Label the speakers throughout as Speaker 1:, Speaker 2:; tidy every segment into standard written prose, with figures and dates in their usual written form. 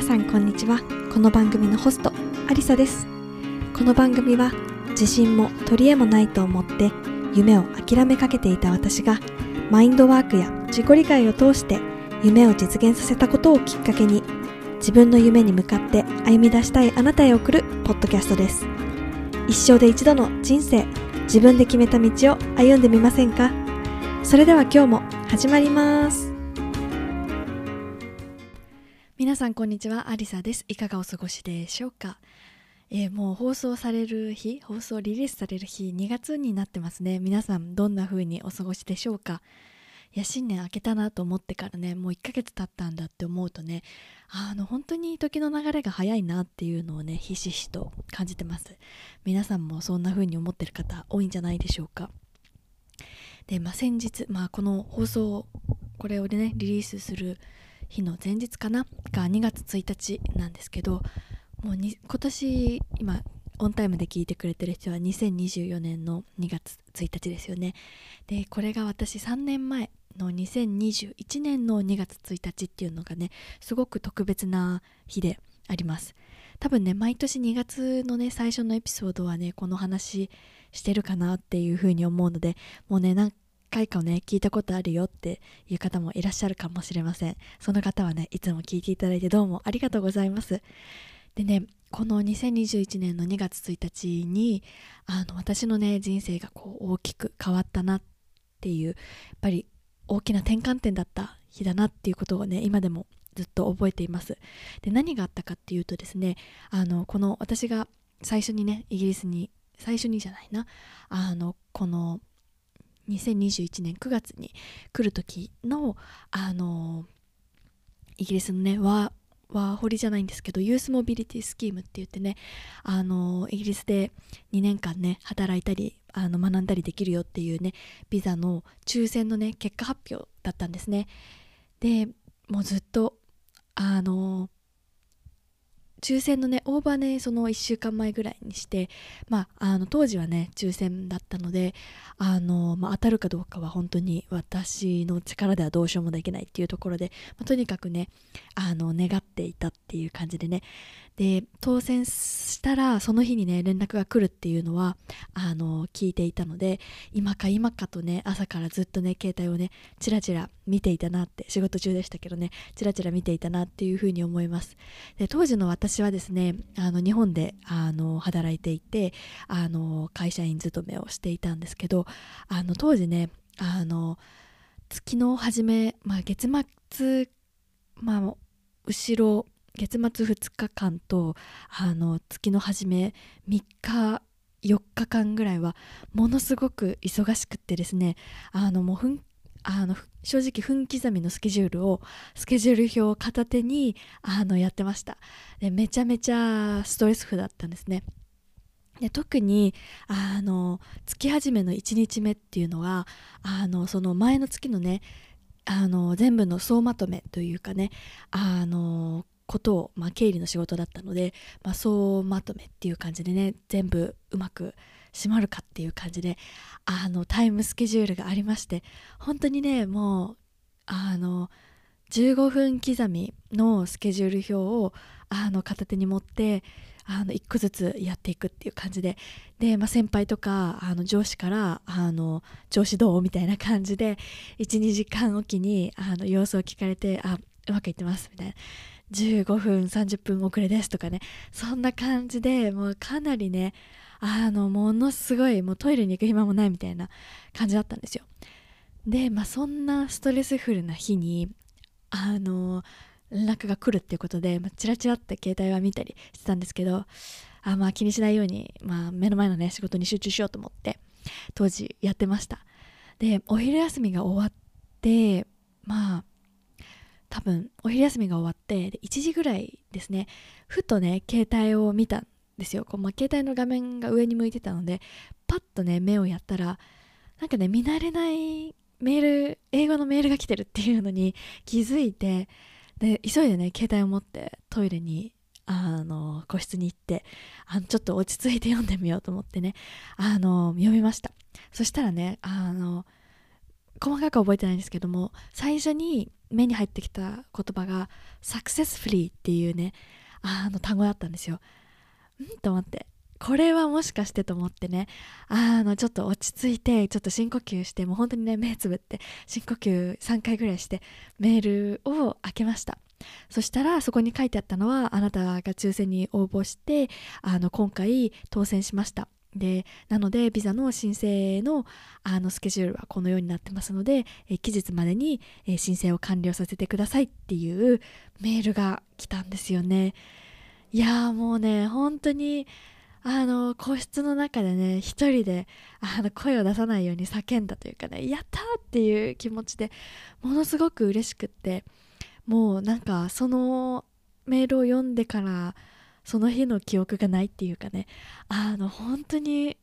Speaker 1: さんこんにちは。この番組のホストアリサです。この番組は自信も取り柄もないと思って夢を諦めかけていた私がマインドワークや自己理解を通して夢を実現させたことをきっかけに自分の夢に向かって歩み出したいあなたへ送るポッドキャストです。一生で一度の人生、自分で決めた道を歩んでみませんか？それでは今日も始まります。皆さんこんにちは、アリサです。いかがお過ごしでしょうか？もう放送リリースされる日2月になってますね。皆さんどんな風にお過ごしでしょうか？いや、新年明けたなと思ってからね、もう1ヶ月経ったんだって思うとね、本当に時の流れが早いなっていうのをね、ひしひしと感じてます。皆さんもそんな風に思ってる方多いんじゃないでしょうか。で、先日、この放送、これをね、リリースする日の前日かなが2月1日なんですけど、もう今年今オンタイムで聞いてくれてる人は2024年の2月1日ですよね。で、これが私3年前の2021年の2月1日っていうのがね、すごく特別な日であります。多分ね、毎年2月のね、最初のエピソードはね、この話してるかなっていうふうに思うので、もうね、何回かね、聞いたことあるよっていう方もいらっしゃるかもしれません。その方はね、いつも聞いていただいてどうもありがとうございます。でね、この2021年の2月1日に私のね、人生がこう大きく変わったなっていう、やっぱり大きな転換点だった日だなっていうことをね、今でもずっと覚えています。で、何があったかっていうとですね、この私が最初にね、この2021年9月に来る時のイギリスのね、ワーホリじゃないんですけど、ユースモビリティスキームって言ってね、イギリスで2年間ね、働いたり学んだりできるよっていうね、ビザの抽選のね、結果発表だったんですね。で、もうずっと抽選のね、応募はね、その1週間前ぐらいにして、当時はね、抽選だったので、当たるかどうかは本当に私の力ではどうしようもできないっていうところで、とにかくね、願っていたっていう感じでね。で、当選したら、その日にね、連絡が来るっていうのは、聞いていたので、今かとね、朝からずっとね、携帯をね、チラチラ見ていたなって、仕事中でしたけどね、チラチラ見ていたなっていうふうに思います。で、当時の私はですね、日本で働いていて、会社員勤めをしていたんですけど、当時ね、月の初め、月末、後ろ月末2日間と月の初め3日4日間ぐらいはものすごく忙しくってですね、もう正直分刻みのスケジュール表を片手にやってました。で、めちゃめちゃストレスフルだったんですね。で、特に月始めの1日目っていうのはその前の月のね、全部の総まとめというかね、ことを、経理の仕事だったので、総まとめっていう感じでね、全部うまく締まるかっていう感じでタイムスケジュールがありまして、本当にね、もう15分刻みのスケジュール表を片手に持って一個ずつやっていくっていう感じで、先輩とか上司から調子どうみたいな感じで 1,2 時間おきに様子を聞かれて、うまくいってますみたいな、15分30分遅れですとかね、そんな感じで、もうかなりね、ものすごいもうトイレに行く暇もないみたいな感じだったんですよ。で、そんなストレスフルな日に連絡が来るっていうことで、チラチラって携帯は見たりしてたんですけど、気にしないように、目の前のね、仕事に集中しようと思って当時やってました。で、お昼休みが終わって、多分お昼休みが終わってで1時ぐらいですね、ふとね、携帯を見たんですよ。携帯の画面が上に向いてたので、パッとね、目をやったら、なんかね、見慣れない英語のメールが来てるっていうのに気づいて、で、急いでね、携帯を持ってトイレに個室に行って、ちょっと落ち着いて読んでみようと思ってね、読みました。そしたらね、 細かく覚えてないんですけども、最初に目に入ってきた言葉が successfully っていうね単語だったんですよ。と思って、これはもしかしてと思ってね、ちょっと落ち着いて、ちょっと深呼吸して、もう本当にね目つぶって深呼吸3回ぐらいしてメールを開けました。そしたらそこに書いてあったのは、あなたが抽選に応募して今回当選しました、でなのでビザの申請のスケジュールはこのようになってますので、期日までに、申請を完了させてくださいっていうメールが来たんですよね。いやーもうね本当に個室の中でね一人で声を出さないように叫んだというかね、やったーっていう気持ちでものすごく嬉しくって、もうなんかそのメールを読んでからその日の記憶がないっていうかね、本当に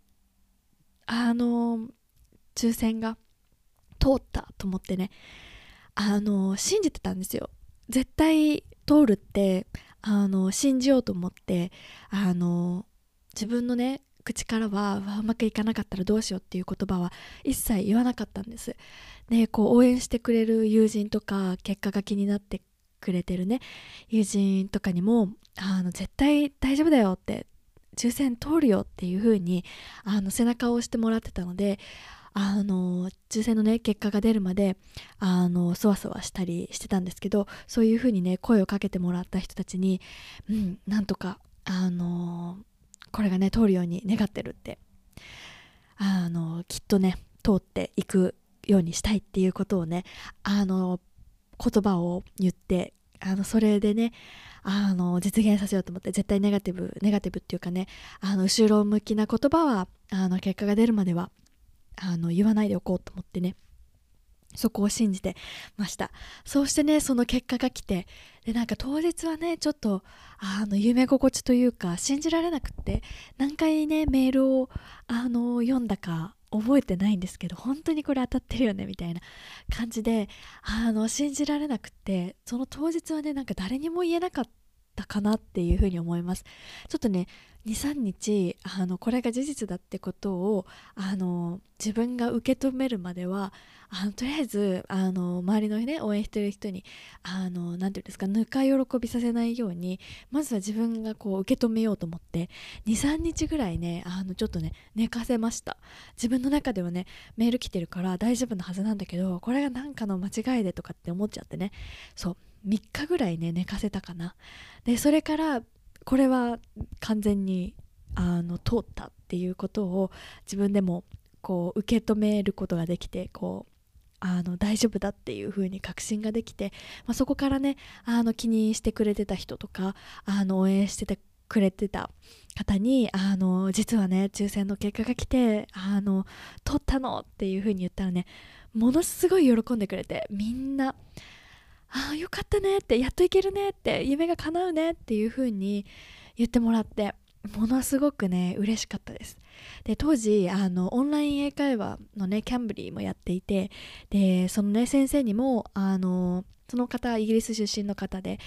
Speaker 1: 抽選が通ったと思ってね、信じてたんですよ。絶対通るって信じようと思って、自分のね口からはうまくいかなかったらどうしようっていう言葉は一切言わなかったんです。でこう応援してくれる友人とか、結果が気になってくれてるね友人とかにも絶対大丈夫だよって、抽選通るよっていう風に背中を押してもらってたので、抽選のね結果が出るまでそわそわしたりしてたんですけど、そういう風にね声をかけてもらった人たちに、なんとかこれがね通るように願ってるって、きっとね通っていくようにしたいっていうことをね言葉を言って、それでね実現させようと思って、絶対ネガティブっていうかね後ろ向きな言葉は結果が出るまでは言わないでおこうと思ってね、そこを信じてました。そうしてねその結果が来て、でなんか当日はねちょっと夢心地というか信じられなくって、何回ねメールを読んだか覚えてないんですけど、本当にこれ当たってるよねみたいな感じで信じられなくって、その当日はねなんか誰にも言えなかったかなっていうふうに思います。ちょっとね2、3日これが事実だってことを自分が受け止めるまではとりあえず周りのね応援してる人になんていうんですか、ぬか喜びさせないように、まずは自分がこう受け止めようと思って2、3日ぐらいねちょっとね寝かせました。自分の中ではねメール来てるから大丈夫なはずなんだけど、これがなんかの間違いでとかって思っちゃってね、そう3日ぐらいね寝かせたかな。でそれからこれは完全に通ったっていうことを自分でもこう受け止めることができて、こう大丈夫だっていう風に確信ができて、そこからね気にしてくれてた人とか応援しててくれてた方に実はね抽選の結果が来て取ったのっていう風に言ったらね、ものすごい喜んでくれて、みんなよかったねって、やっといけるねって、夢が叶うねっていう風に言ってもらって、ものすごくね嬉しかったです。で当時オンライン英会話のねキャンブリーもやっていて、でそのね先生にもその方イギリス出身の方で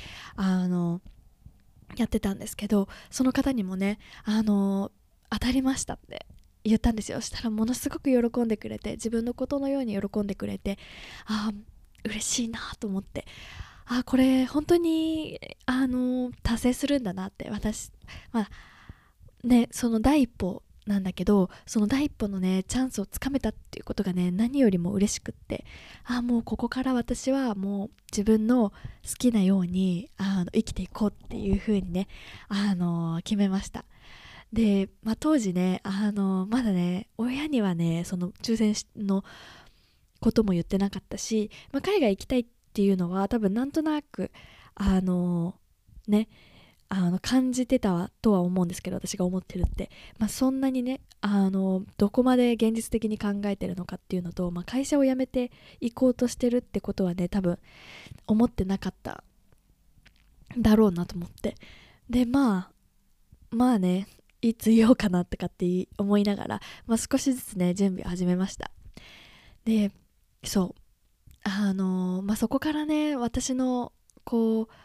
Speaker 1: やってたんですけど、その方にもね当たりましたって言ったんですよ。したらものすごく喜んでくれて、自分のことのように喜んでくれて、嬉しいなと思って、これ本当に達成するんだなって、私ねその第一歩なんだけど、その第一歩のねチャンスをつかめたっていうことがね何よりも嬉しくって、もうここから私はもう自分の好きなように生きていこうっていう風にね決めました。で、当時ねまだね親にはねその抽選のことも言ってなかったし、海外行きたいっていうのは多分なんとなくね感じてたとは思うんですけど、私が思ってるって、そんなにねどこまで現実的に考えてるのかっていうのと、会社を辞めていこうとしてるってことはね多分思ってなかっただろうなと思って、でまあねいつ言おうかなとかって思いながら、少しずつね準備を始めました。でそうそこからね私のこう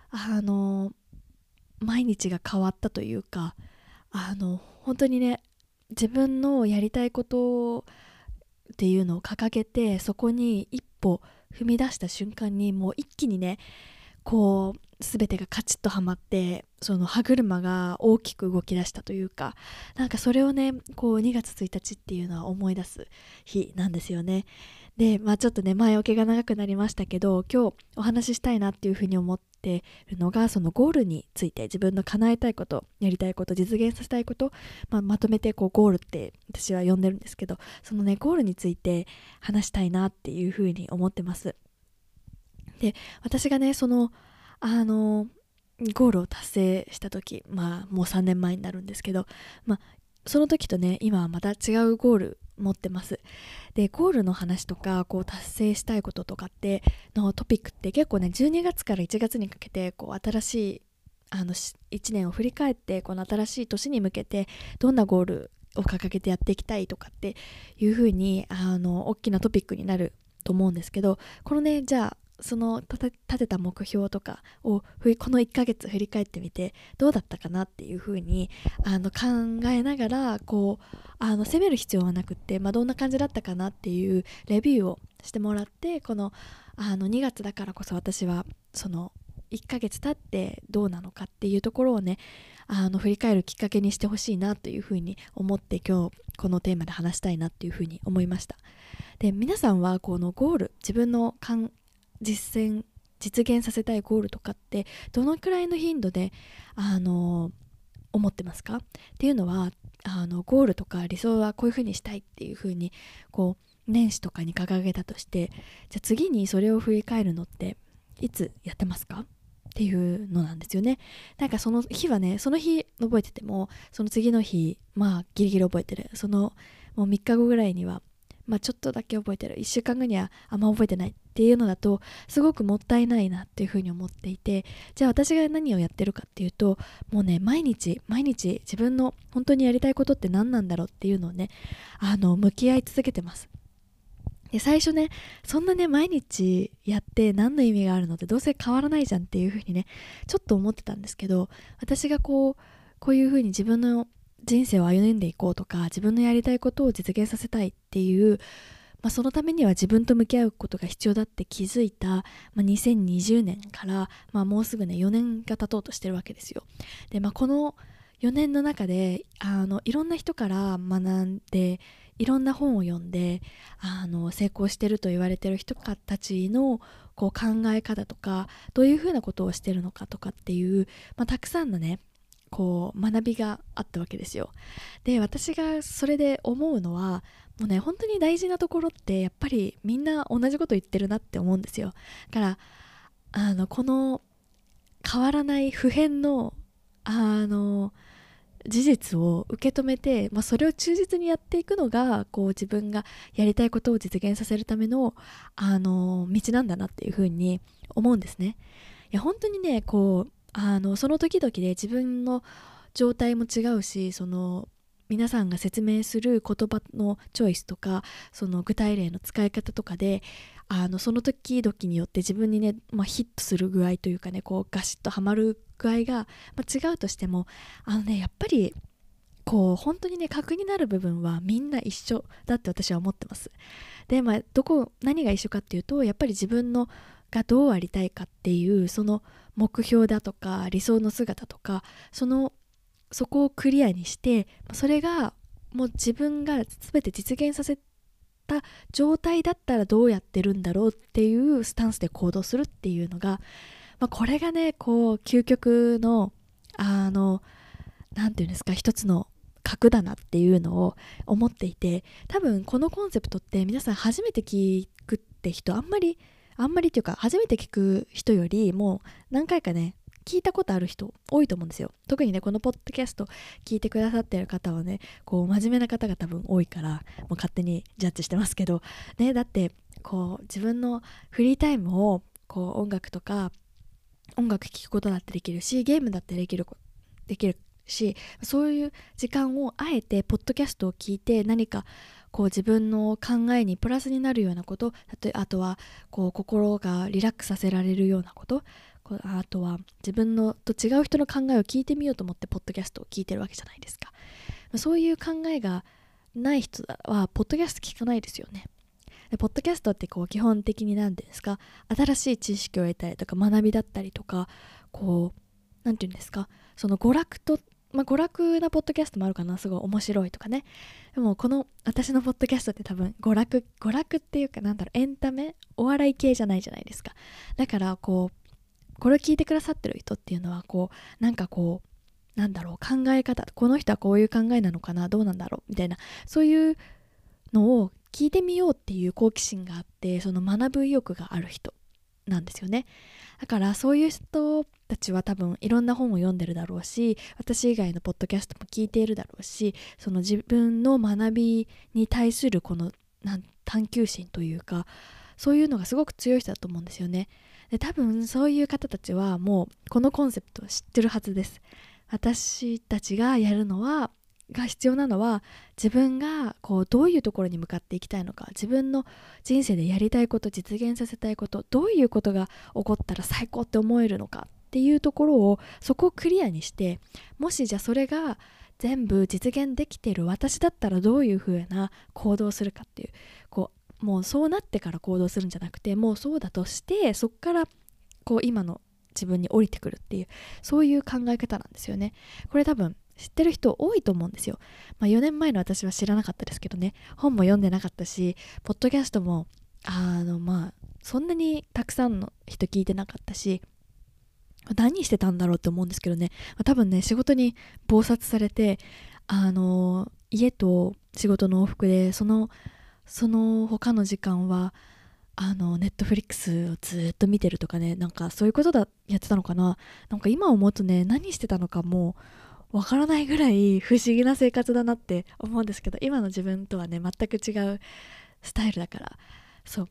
Speaker 1: 毎日が変わったというか、本当にね自分のやりたいことっていうのを掲げて、そこに一歩踏み出した瞬間にもう一気にね、こう全てがカチッとはまって、その歯車が大きく動き出したというか、なんかそれをね、こう2月1日っていうのは思い出す日なんですよね。で、ちょっとね前置きが長くなりましたけど、今日お話ししたいなっていうふうに思ってるのが、そのゴールについて、自分の叶えたいこと、やりたいこと、実現させたいこと、まとめてこうゴールって私は呼んでるんですけど、そのねゴールについて話したいなっていうふうに思ってます。で、私がねそのゴールを達成した時、もう3年前になるんですけど、その時とね今はまた違うゴール持ってます。で、ゴールの話とかこう達成したいこととかってのトピックって結構ね、12月から1月にかけてこう新しい1年を振り返って、この新しい年に向けてどんなゴールを掲げてやっていきたいとかっていう風に大きなトピックになると思うんですけど、このね、じゃあその立てた目標とかをこの1ヶ月振り返ってみてどうだったかなっていう風に考えながら、こう責める必要はなくって、どんな感じだったかなっていうレビューをしてもらって、この2月だからこそ私はその1ヶ月経ってどうなのかっていうところをね、振り返るきっかけにしてほしいなというふうに思って、今日このテーマで話したいなっていうふうに思いました。で、皆さんはこのゴール、自分の実現させたいゴールとかってどのくらいの頻度で思ってますかっていうのは、ゴールとか理想はこういうふうにしたいっていうふうにこう年始とかに掲げたとして、じゃあ次にそれを振り返るのっていつやってますかっていうのなんですよね。なんかその日はね、その日覚えてても、その次の日ギリギリ覚えてる、そのもう3日後ぐらいにはちょっとだけ覚えてる、1週間後にはあんま覚えてないっていうのだとすごくもったいないなっていうふうに思っていて、じゃあ私が何をやってるかっていうと、もうね毎日自分の本当にやりたいことって何なんだろうっていうのをね向き合い続けてます。で、最初ね、そんなね毎日やって何の意味があるのって、どうせ変わらないじゃんっていうふうにねちょっと思ってたんですけど、私がこういうふうに自分の人生を歩んでいこうとか、自分のやりたいことを実現させたいっていう、そのためには自分と向き合うことが必要だって気づいた、2020年から、もうすぐね4年が経とうとしてるわけですよ。で、この4年の中でいろんな人から学んで、いろんな本を読んで成功してると言われてる人たちのこう考え方とか、どういうふうなことをしてるのかとかっていう、たくさんのねこう学びがあったわけですよ。で、私がそれで思うのは、もうね本当に大事なところってやっぱりみんな同じこと言ってるなって思うんですよ。だからこの変わらない普遍の事実を受け止めて、それを忠実にやっていくのがこう自分がやりたいことを実現させるための道なんだなっていうふうに思うんですね。いや本当にね、こうその時々で自分の状態も違うし、その皆さんが説明する言葉のチョイスとか、その具体例の使い方とかでその時々によって自分にね、ヒットする具合というかね、こうガシッとはまる具合が、違うとしてもやっぱりこう本当にね核になる部分はみんな一緒だって私は思ってます。で、何が一緒かっていうと、やっぱり自分のがどうありたいかっていうその目標だとか理想の姿とか、そこをクリアにして、それがもう自分が全て実現させた状態だったらどうやってるんだろうっていうスタンスで行動するっていうのが、これがねこう究極のなんていうんですか、一つの核だなっていうのを思っていて、多分このコンセプトって皆さん初めて聞くって人あんまりっていうか、初めて聞く人よりも何回かね聞いたことある人多いと思うんですよ。特にねこのポッドキャスト聞いてくださってる方はね、こう真面目な方が多分多いから、もう勝手にジャッジしてますけどね。だってこう自分のフリータイムをこう音楽聴くことだってできるし、ゲームだってできるし、そういう時間をあえてポッドキャストを聞いて、何かこう自分の考えにプラスになるようなこと、あとはこう心がリラックスさせられるようなこと、あとは自分のと違う人の考えを聞いてみようと思ってポッドキャストを聞いてるわけじゃないですか。そういう考えがない人はポッドキャスト聞かないですよね。でポッドキャストってこう基本的に何て言うんですか、新しい知識を得たりとか学びだったりとか、こう何て言うんですか、その娯楽と、娯楽なポッドキャストもあるかな、すごい面白いとかね。でもこの私のポッドキャストって多分娯楽っていうか、エンタメ、お笑い系じゃないじゃないですか。だからこれを聞いてくださってる人っていうのは考え方、この人はこういう考えなのかな、どうなんだろうみたいな、そういうのを聞いてみようっていう好奇心があって、その学ぶ意欲がある人なんですよね。だからそういう人たちは多分いろんな本を読んでるだろうし、私以外のポッドキャストも聞いているだろうし、その自分の学びに対するこの探求心というか、そういうのがすごく強い人だと思うんですよね。で多分そういう方たちはもうこのコンセプトを知ってるはずです。私たちがやるのは必要なのは、自分がどういうところに向かっていきたいのか、自分の人生でやりたいこと、実現させたいこと、どういうことが起こったら最高って思えるのかっていうところを、そこをクリアにして、もしじゃあそれが全部実現できている私だったらどういうふうな行動をするかっていう、もうそうなってから行動するんじゃなくて、もうそうだとしてそこから今の自分に降りてくるっていう、そういう考え方なんですよね。これ多分知ってる人多いと思うんですよ。4年前の私は知らなかったですけどね、本も読んでなかったし、ポッドキャストもそんなにたくさんの人聞いてなかったし、何してたんだろうって思うんですけどね、多分ね、仕事に忙殺されて、家と仕事の往復で、その他の時間はネットフリックスをずっと見てるとかね、そういうことやってたのかな。今思うとね、何してたのかもうわからないぐらい不思議な生活だなって思うんですけど、今の自分とはね、全く違うスタイルだから、そう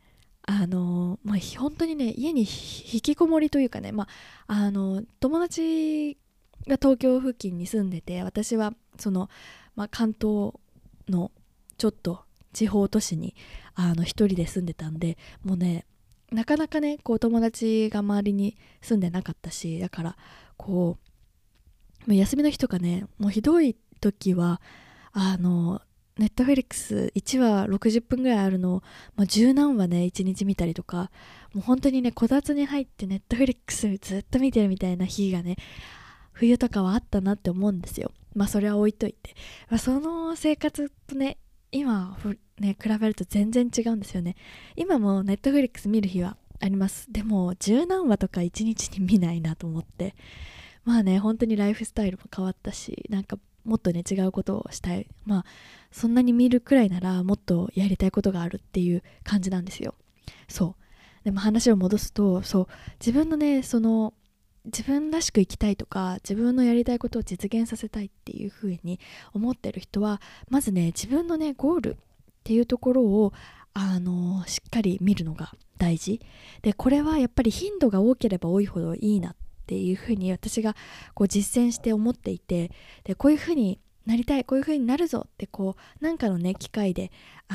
Speaker 1: 本当にね、家に引きこもりというかね、友達が東京付近に住んでて、私は関東のちょっと地方都市に一人で住んでたんで、もうね、なかなかね友達が周りに住んでなかったし、だからもう休みの日とかね、もうひどい時はネットフリックス1話60分ぐらいあるのを、十何話ね1日見たりとか、もう本当にね、こたつに入ってネットフリックスずっと見てるみたいな日がね、冬とかはあったなって思うんですよ。それは置いといて、その生活とね、今ね比べると全然違うんですよね。今もネットフリックス見る日はあります。でも十何話とか1日に見ないなと思って、本当にライフスタイルも変わったし、もっとね違うことをしたい、そんなに見るくらいならもっとやりたいことがあるっていう感じなんですよ。そうでも話を戻すと、自分のね、自分らしく生きたいとか、自分のやりたいことを実現させたいっていう風に思ってる人は、まずね、自分のねゴールっていうところをしっかり見るのが大事で、これはやっぱり頻度が多ければ多いほどいいなっていう風に私が実践して思っていて、でこういう風になりたい、こういう風になるぞってなんかのね機会で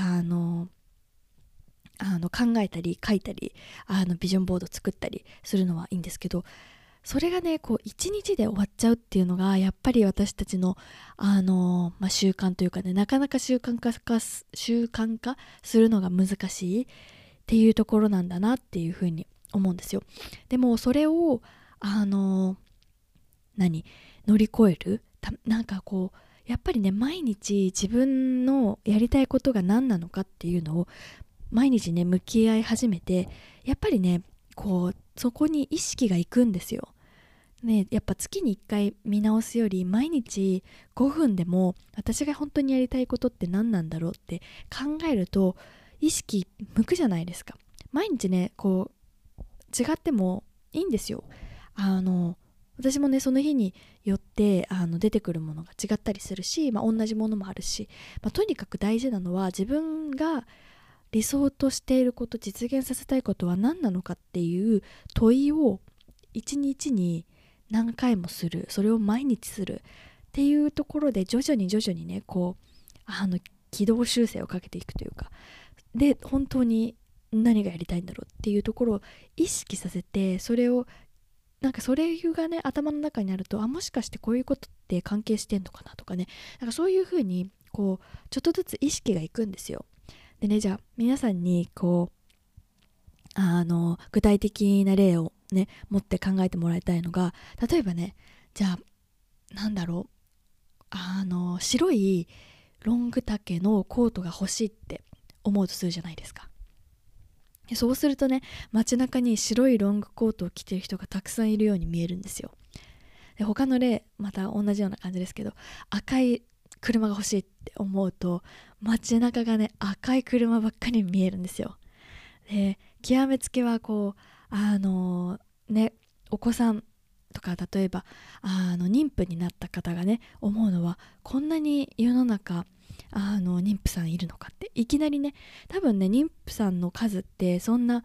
Speaker 1: 考えたり書いたりビジョンボード作ったりするのはいいんですけど、それがね一日で終わっちゃうっていうのがやっぱり私たちの習慣というかね、なかなか習慣化するのが難しいっていうところなんだなっていうふうに思うんですよ。でもそれを乗り越えるやっぱりね、毎日自分のやりたいことが何なのかっていうのを毎日ね向き合い始めて、やっぱりねそこに意識がいくんですよね。やっぱ月に1回見直すより、毎日5分でも私が本当にやりたいことって何なんだろうって考えると意識向くじゃないですか。毎日ね違ってもいいんですよ。私もねその日によって出てくるものが違ったりするし、同じものもあるし、とにかく大事なのは自分が理想としていること、実現させたいことは何なのかっていう問いを一日に何回もする、それを毎日するっていうところで徐々にね軌道修正をかけていくというか、で本当に何がやりたいんだろうっていうところを意識させて、それをそれがね頭の中にあると、もしかしてこういうことって関係してんのかなとかね、そういう風にこうちょっとずつ意識がいくんですよ。でね、じゃあ皆さんにこう具体的な例をね持って考えてもらいたいのが、例えばね、じゃあなんだろう、白いロング丈のコートが欲しいって思うとするじゃないですか。そうするとね、街中に白いロングコートを着てる人がたくさんいるように見えるんですよ。で他の例また同じような感じですけど、赤い車が欲しいって思うと街中がね赤い車ばっかり見えるんですよ。で極めつけはこうね、お子さんとか、例えば妊婦になった方がね思うのは、こんなに世の中妊婦さんいるのかって。いきなりね、多分ね妊婦さんの数ってそんな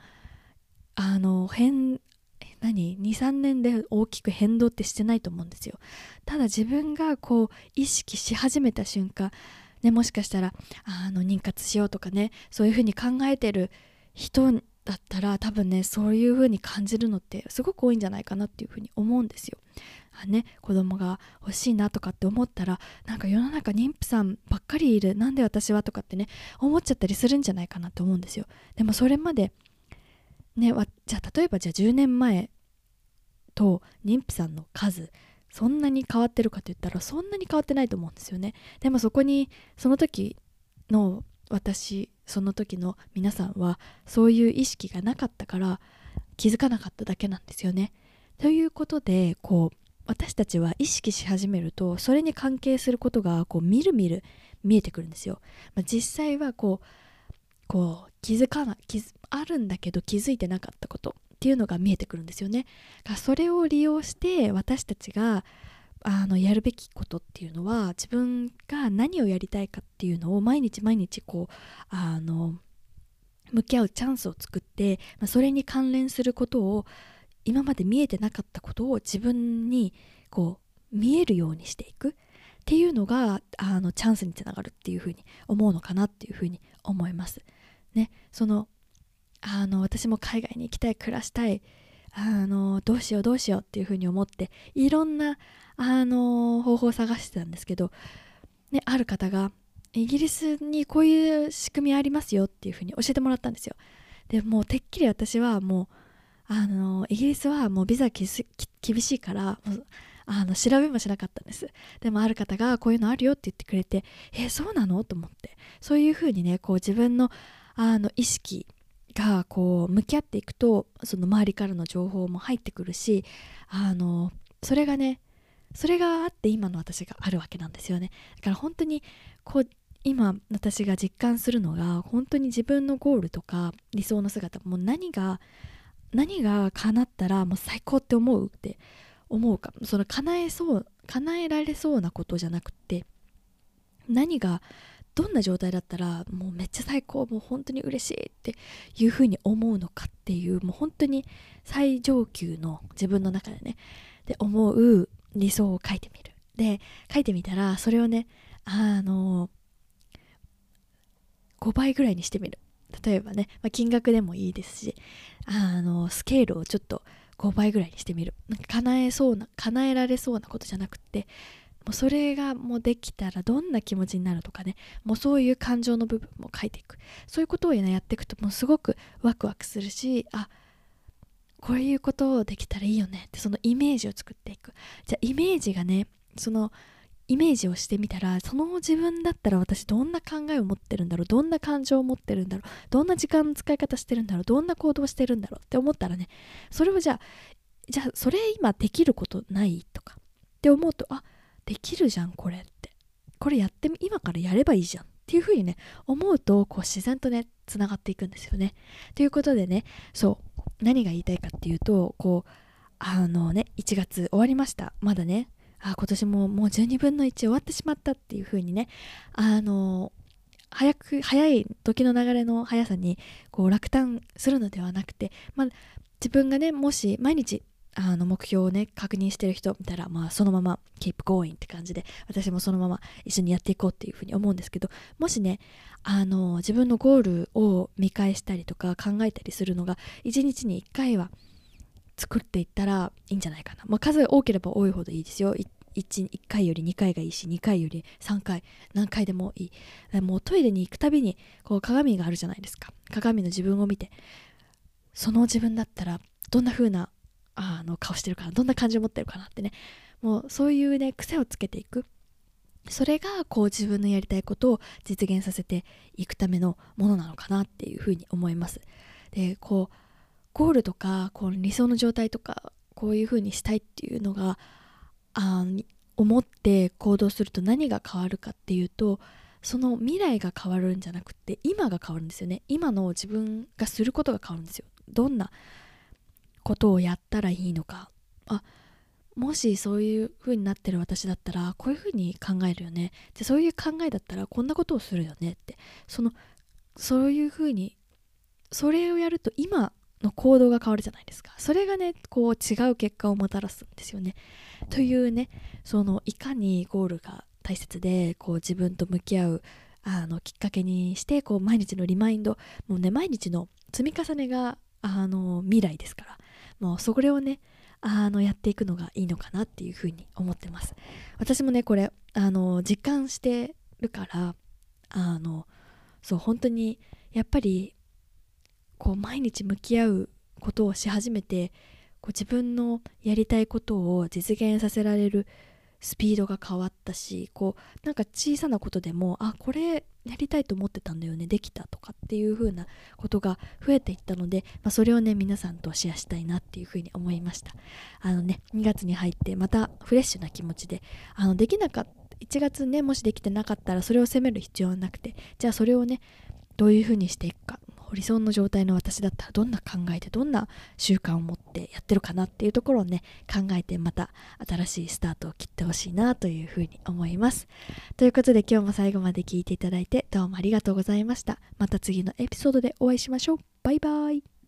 Speaker 1: 2,3年で大きく変動ってしてないと思うんですよ。ただ自分がこう意識し始めた瞬間ね、もしかしたら妊活しようとかね、そういう風に考えてる人だったら、多分ねそういう風に感じるのってすごく多いんじゃないかなっていう風に思うんですよ。子供が欲しいなとかって思ったら、なんか世の中妊婦さんばっかりいる、なんで私はとかってね思っちゃったりするんじゃないかなと思うんですよ。でもそれまでね、じゃあ例えば10年前と妊婦さんの数そんなに変わってるかと言ったら、そんなに変わってないと思うんですよね。でもそこにその時のその時の皆さんはそういう意識がなかったから気づかなかっただけなんですよね。ということで、こう私たちは意識し始めると、それに関係することがこうみるみる見えてくるんですよ。実際はこうあるんだけど気づいてなかったことっていうのが見えてくるんですよね。それを利用して私たちがやるべきことっていうのは、自分が何をやりたいかっていうのを毎日毎日こう向き合うチャンスを作って、それに関連することを、今まで見えてなかったことを自分にこう見えるようにしていくっていうのがチャンスにつながるっていうふうに思うのかなっていうふうに思いますね。私も海外に行きたい、暮らしたい、どうしようっていうふうに思っていろんな方法を探してたんですけど、ね、ある方がイギリスにこういう仕組みありますよっていうふうに教えてもらったんですよ。でもうてっきり私はもうイギリスはもうビザ厳しいからもう調べもしなかったんです。でもある方がこういうのあるよって言ってくれて、そうなのと思って、そういうふうにねこう自分の意識がこう向き合っていくと、その周りからの情報も入ってくるし、それがあって今の私があるわけなんですよね。だから本当にこう今私が実感するのが、本当に自分のゴールとか理想の姿、もう何が叶ったらもう最高って思うか、その叶えられそうなことじゃなくて、どんな状態だったらもうめっちゃ最高、もう本当に嬉しいっていう風に思うのかっていう、もう本当に最上級の自分の中でねで思う理想を書いてみる。で書いてみたら、それをね5倍ぐらいにしてみる。例えばね、金額でもいいですし、スケールをちょっと5倍ぐらいにしてみる。なんか叶えられそうなことじゃなくて、もうそれがもうできたらどんな気持ちになるとかね、もうそういう感情の部分も書いていく。そういうことを、ね、やっていくともうすごくワクワクするし、こういうことをできたらいいよねって、そのイメージを作っていく。じゃあイメージがね、そのイメージをしてみたら、その自分だったら私どんな考えを持ってるんだろう、どんな感情を持ってるんだろう、どんな時間の使い方してるんだろう、どんな行動してるんだろうって思ったらね、それをじゃあそれ今できることないとかって思うと、できるじゃんこれって、これ今からやればいいじゃんっていう風にね思うと、こう自然とねつながっていくんですよね。ということでね、そう何が言いたいかっていうと、こう1月終わりました。まだね今年ももう12分の1終わってしまったっていう風にね、早い時の流れの速さにこう落胆するのではなくて、自分がねもし毎日目標をね確認してる人見たら、そのまま keep going って感じで、私もそのまま一緒にやっていこうっていうふうに思うんですけど、もしね自分のゴールを見返したりとか考えたりするのが1日に1回は作っていったらいいんじゃないかな。数が多ければ多いほどいいですよ。 1回より2回がいいし、2回より3回、何回でもいい。もうトイレに行くたびにこう鏡があるじゃないですか。鏡の自分を見て、その自分だったらどんな風な顔してるかな、どんな感じを持ってるかなってね、もうそういうね癖をつけていく。それがこう自分のやりたいことを実現させていくためのものなのかなっていうふうに思います。で、こうゴールとかこう理想の状態とかこういうふうにしたいっていうのが思って行動すると何が変わるかっていうと、その未来が変わるんじゃなくて今が変わるんですよね。今の自分がすることが変わるんですよ。どんなことをやったらいいのか、もしそういう風になってる私だったらこういう風に考えるよね、でそういう考えだったらこんなことをするよねって、そういう風にそれをやると今の行動が変わるじゃないですか。それがねこう違う結果をもたらすんですよね。というね、いかにゴールが大切でこう自分と向き合うきっかけにして、こう毎日のリマインド、もうね毎日の積み重ねが未来ですから、もうそれをねやっていくのがいいのかなっていうふうに思ってます。私もねこれ実感してるから、そう本当にやっぱりこう毎日向き合うことをし始めて、こう自分のやりたいことを実現させられるスピードが変わったし、こうなんか小さなことでもこれやりたいと思ってたんだよね、できたとかっていう風なことが増えていったので、それをね皆さんとシェアしたいなっていう風に思いました。2月に入ってまたフレッシュな気持ちでできなかった1月ね、もしできてなかったらそれを責める必要はなくて、じゃあそれをねどういう風にしていくか、理想の状態の私だったらどんな考えでどんな習慣を持ってやってるかなっていうところをね考えて、また新しいスタートを切ってほしいなというふうに思います。ということで今日も最後まで聞いていただいてどうもありがとうございました。また次のエピソードでお会いしましょう。バイバイ。